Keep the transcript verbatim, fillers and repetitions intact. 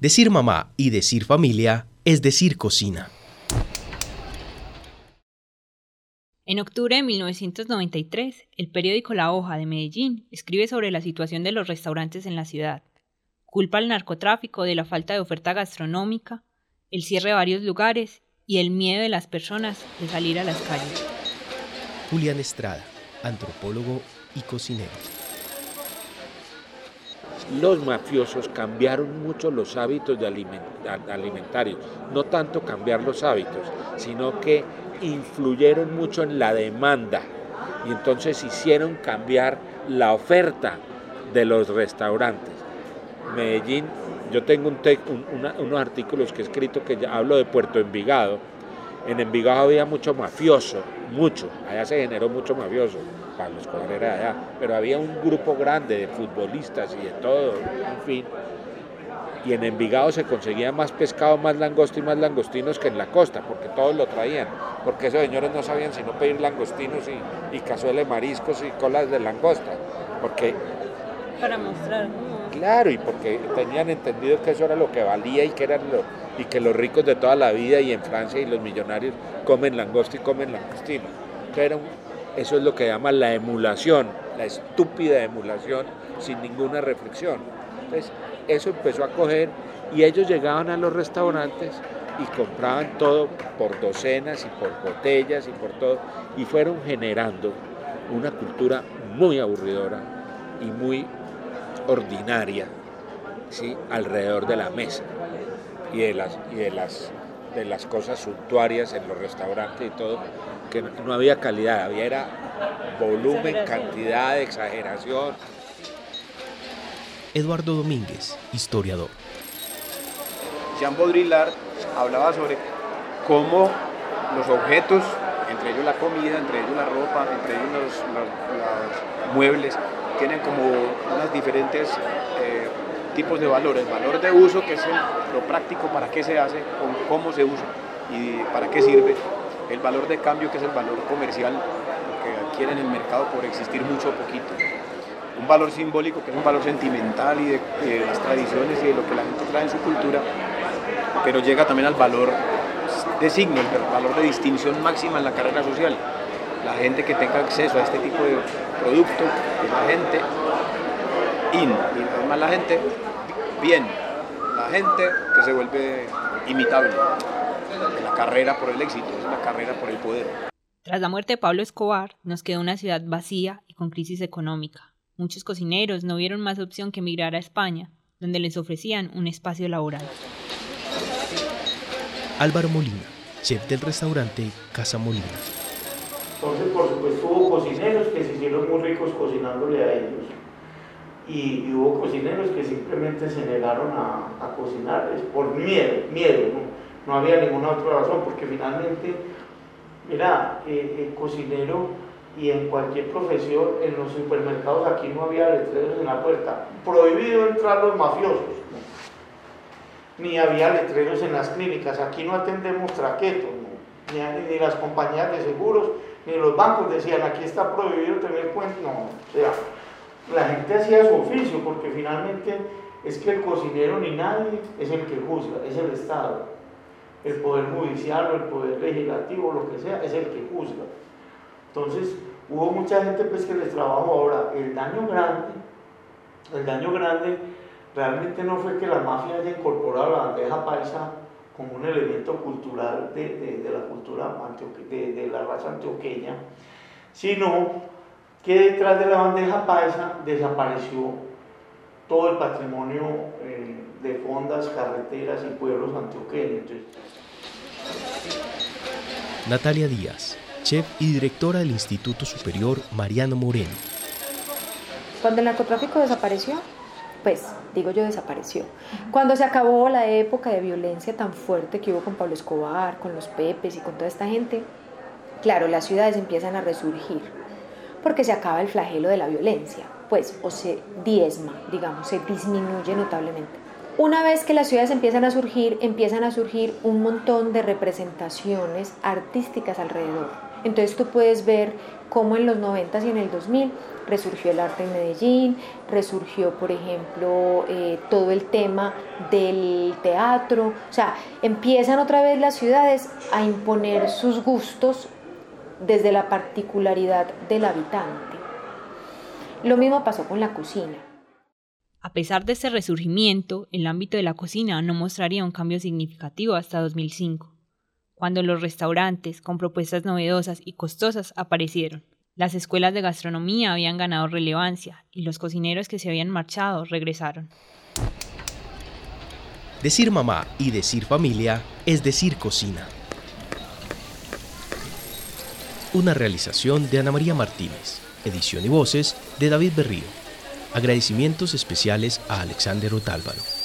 Decir mamá y decir familia es decir cocina. En octubre de mil novecientos noventa y tres, el periódico La Hoja de Medellín escribe sobre la situación de los restaurantes en la ciudad. Culpa al narcotráfico de la falta de oferta gastronómica, el cierre de varios lugares y el miedo de las personas de salir a las calles. Julián Estrada, antropólogo y cocinero. Los mafiosos cambiaron mucho los hábitos de aliment- alimentarios, no tanto cambiar los hábitos, sino que influyeron mucho en la demanda y entonces hicieron cambiar la oferta de los restaurantes. Medellín, yo tengo un te- un, una, unos artículos que he escrito que ya hablo de Puerto Envigado. En Envigado había mucho mafioso, mucho, allá se generó mucho mafioso, Pablo Escobar era allá, pero había un grupo grande de futbolistas y de todo, en fin. Y en Envigado se conseguía más pescado, más langosto y más langostinos que en la costa, porque todos lo traían, porque esos señores no sabían sino pedir langostinos y, y cazuela de mariscos y colas de langosta, porque... Para mostrar. Claro, y porque tenían entendido que eso era lo que valía y que, eran lo, y que los ricos de toda la vida y en Francia y los millonarios comen langosta y comen langostino. Pero eso es lo que llaman la emulación, la estúpida emulación sin ninguna reflexión. Entonces, eso empezó a coger y ellos llegaban a los restaurantes y compraban todo por docenas y por botellas y por todo y fueron generando una cultura muy aburridora y muy ordinaria, ¿sí? Alrededor de la mesa y de las y de las de las cosas suntuarias en los restaurantes y todo, que no, no había calidad, había era volumen, cantidad, exageración. Eduardo Domínguez, historiador. Jean Baudrillard hablaba sobre cómo los objetos, entre ellos la comida, entre ellos la ropa, entre ellos los, los, los muebles, tienen como unos diferentes eh, tipos de valor. El valor de uso, que es el, lo práctico, para qué se hace, cómo se usa y para qué sirve. El valor de cambio, que es el valor comercial, que adquiere en el mercado por existir mucho o poquito. Un valor simbólico, que es un valor sentimental y de, de las tradiciones y de lo que la gente trae en su cultura, pero llega también al valor de signo, el valor de distinción máxima en la carrera social. La gente que tenga acceso a este tipo de producto es la gente in, y además la gente bien, la gente que se vuelve imitable. La carrera por el éxito, es la carrera por el poder. Tras la muerte de Pablo Escobar, nos quedó una ciudad vacía y con crisis económica. Muchos cocineros no vieron más opción que emigrar a España, donde les ofrecían un espacio laboral. Álvaro Molina, chef del restaurante Casa Molina. Entonces, por supuesto, hubo cocineros que se hicieron muy ricos cocinándole a ellos. Y, y hubo cocineros que simplemente se negaron a, a cocinarles por miedo, miedo, ¿no? No había ninguna otra razón, porque finalmente, mira, eh, el cocinero y en cualquier profesión, en los supermercados aquí no había letreros en la puerta. Prohibido entrar los mafiosos, ¿no? Ni había letreros en las clínicas, aquí no atendemos traquetos, ¿no? Ni, ni las compañías de seguros, ni los bancos decían, aquí está prohibido tener cuenta, no, o sea, la gente hacía su oficio, porque finalmente es que el cocinero ni nadie es el que juzga, es el Estado. El poder judicial o el poder legislativo, lo que sea, es el que juzga. Entonces, hubo mucha gente pues, que les trabajó. Ahora, el daño grande, el daño grande realmente no fue que la mafia haya incorporado la bandeja paisa como un elemento cultural de, de, de la cultura antioque, de, de la raza antioqueña, sino que detrás de la bandeja paisa desapareció todo el patrimonio eh, de fondas, carreteras y pueblos antioqueños. Natalia Díaz, chef y directora del Instituto Superior Mariano Moreno. Cuando el narcotráfico desapareció, pues digo yo desapareció. Cuando se acabó la época de violencia tan fuerte que hubo con Pablo Escobar, con los Pepes y con toda esta gente, claro, las ciudades empiezan a resurgir, porque se acaba el flagelo de la violencia, pues, o se diezma, digamos, se disminuye notablemente. Una vez que las ciudades empiezan a surgir, empiezan a surgir un montón de representaciones artísticas alrededor. Entonces tú puedes ver cómo en los noventas y en el dos mil resurgió el arte en Medellín, resurgió, por ejemplo, eh, todo el tema del teatro, o sea, empiezan otra vez las ciudades a imponer sus gustos desde la particularidad del habitante. Lo mismo pasó con la cocina. A pesar de este resurgimiento, el ámbito de la cocina no mostraría un cambio significativo hasta dos mil cinco, cuando los restaurantes con propuestas novedosas y costosas aparecieron. Las escuelas de gastronomía habían ganado relevancia y los cocineros que se habían marchado regresaron. Decir mamá y decir familia es decir cocina. Una realización de Ana María Martínez, edición y voces de David Berrío. Agradecimientos especiales a Alexander Otálvaro.